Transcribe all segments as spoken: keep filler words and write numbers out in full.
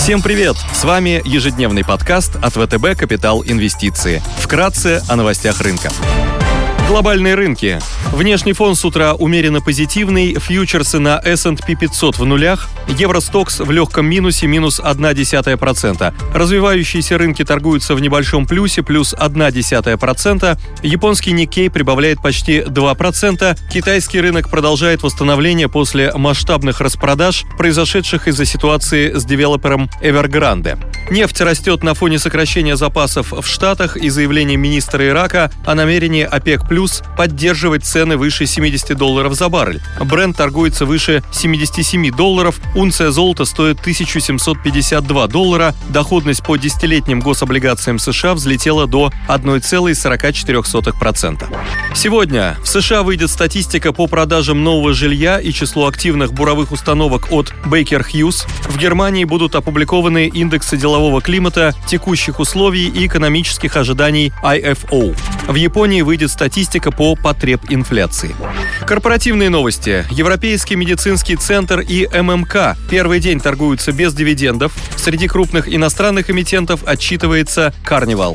Всем привет! С вами ежедневный подкаст от ВТБ «Капитал Инвестиции». Вкратце о новостях рынка. Глобальные рынки. Внешний фон с утра умеренно позитивный, фьючерсы на эс энд пи пятьсот в нулях, Евростокс в легком минусе, минус ноль целых одна десятая процента. Развивающиеся рынки торгуются в небольшом плюсе, плюс ноль целых одна десятая процента. Японский Никкей прибавляет почти два процента. Китайский рынок продолжает восстановление после масштабных распродаж, произошедших из-за ситуации с девелопером Evergrande. Нефть растет на фоне сокращения запасов в Штатах и заявления министра Ирака о намерении ОПЕК+ поддерживать цены выше семидесяти долларов за баррель. Брент торгуется выше семидесяти семи долларов, унция золота стоит тысячу семьсот пятьдесят два доллара, доходность по десятилетним гособлигациям США взлетела до одна целая сорок четыре сотых процента. Сегодня в США выйдет статистика по продажам нового жилья и числу активных буровых установок от Baker Hughes. В Германии будут опубликованы индексы делового климата, текущих условий и экономических ожиданий ай эф о. В Японии выйдет статистика по потребинфляции. Корпоративные новости. Европейский медицинский центр и эм эм ка первый день торгуются без дивидендов. Среди крупных иностранных эмитентов отчитывается Carnival.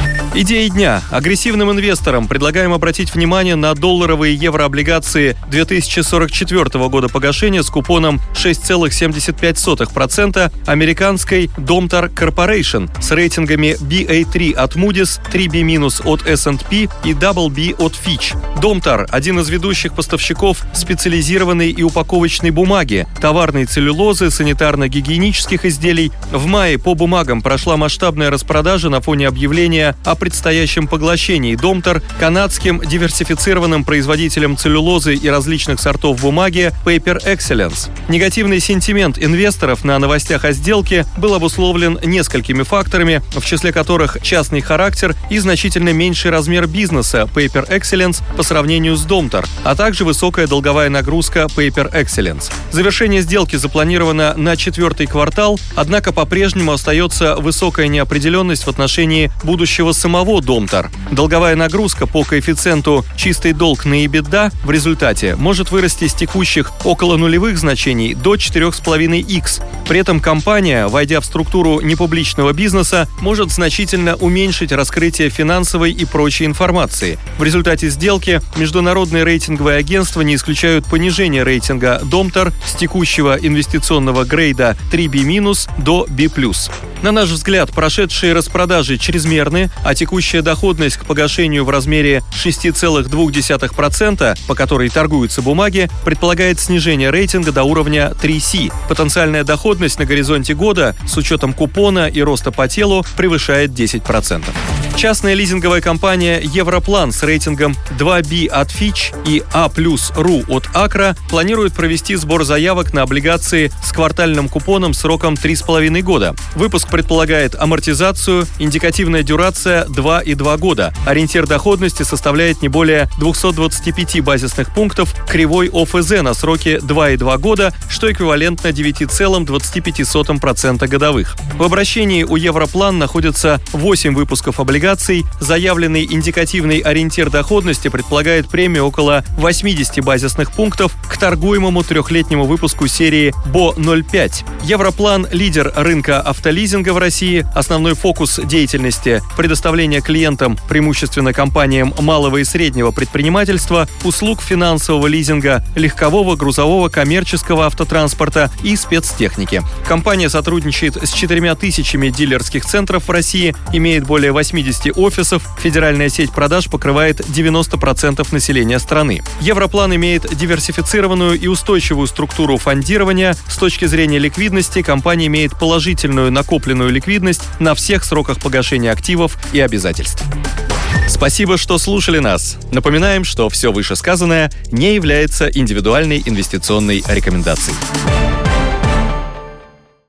Идеи дня. Агрессивным инвесторам предлагаем обратить внимание на долларовые еврооблигации две тысячи сорок четвёртого года погашения с купоном шесть целых семьдесят пять сотых процента американской Domtar Corporation с рейтингами би эй три от Moody's, три би минус от эс энд пи и дабл би от Fitch. Domtar – один из ведущих поставщиков специализированной и упаковочной бумаги, товарной целлюлозы, санитарно-гигиенических изделий. В мае по бумагам прошла масштабная распродажа на фоне объявления о предстоящем поглощении Domtar канадским диверсифицированным производителем целлюлозы и различных сортов бумаги Paper Excellence. Негативный сентимент инвесторов на новостях о сделке был обусловлен несколькими факторами, в числе которых частный характер и значительно меньший размер бизнеса Paper Excellence по сравнению с Domtar, а также высокая долговая нагрузка Paper Excellence. Завершение сделки запланировано на четвертый квартал, однако по-прежнему остается высокая неопределенность в отношении будущего самого Domtar. Долговая нагрузка по коэффициенту чистый долг на EBITDA в результате может вырасти с текущих около нулевых значений до четыре с половиной икс. При этом компания, войдя в структуру непубличного бизнеса, может значительно уменьшить раскрытие финансовой и прочей информации. В результате сделки международные рейтинговые агентства не исключают понижение рейтинга Domtar с текущего инвестиционного грейда три би минус до би плюс. На наш взгляд, прошедшие распродажи чрезмерны, а текущая доходность к погашению в размере шесть целых две десятых процента, по которой торгуются бумаги, предполагает снижение рейтинга до уровня три си. Потенциальная доходность на горизонте года с учетом купона и роста по телу превышает десять процентов. Частная лизинговая компания Европлан с рейтингом два би от Fitch и А плюс ру от Акра планирует провести сбор заявок на облигации с квартальным купоном сроком три с половиной года. Выпуск предполагает амортизацию, индикативная дюрация два и два года. Ориентир доходности составляет не более двухсот двадцати пяти базисных пунктов, кривой о эф зэ на сроке два и два года, что эквивалентно девяти целых двадцати пяти сотых процента годовых. В обращении у Европлан находится восемь выпусков облигаций. Заявленный индикативный ориентир доходности предполагает премию около восьмидесяти базисных пунктов к торгуемому трехлетнему выпуску серии бо ноль пять. Европлан – лидер рынка автолизинга в России. Основной фокус деятельности – предоставление клиентам, преимущественно компаниям малого и среднего предпринимательства, услуг финансового лизинга, легкового, грузового, коммерческого автотранспорта и спецтехники. Компания сотрудничает с четырьмя тысячами дилерских центров в России, имеет более восьмидесяти офисов, федеральная сеть продаж покрывает девяносто процентов населения страны. Европлан имеет диверсифицированную и устойчивую структуру фондирования. С точки зрения ликвидности компания имеет положительную накопленную ликвидность на всех сроках погашения активов и обязательств. Спасибо, что слушали нас. Напоминаем, что все вышесказанное не является индивидуальной инвестиционной рекомендацией.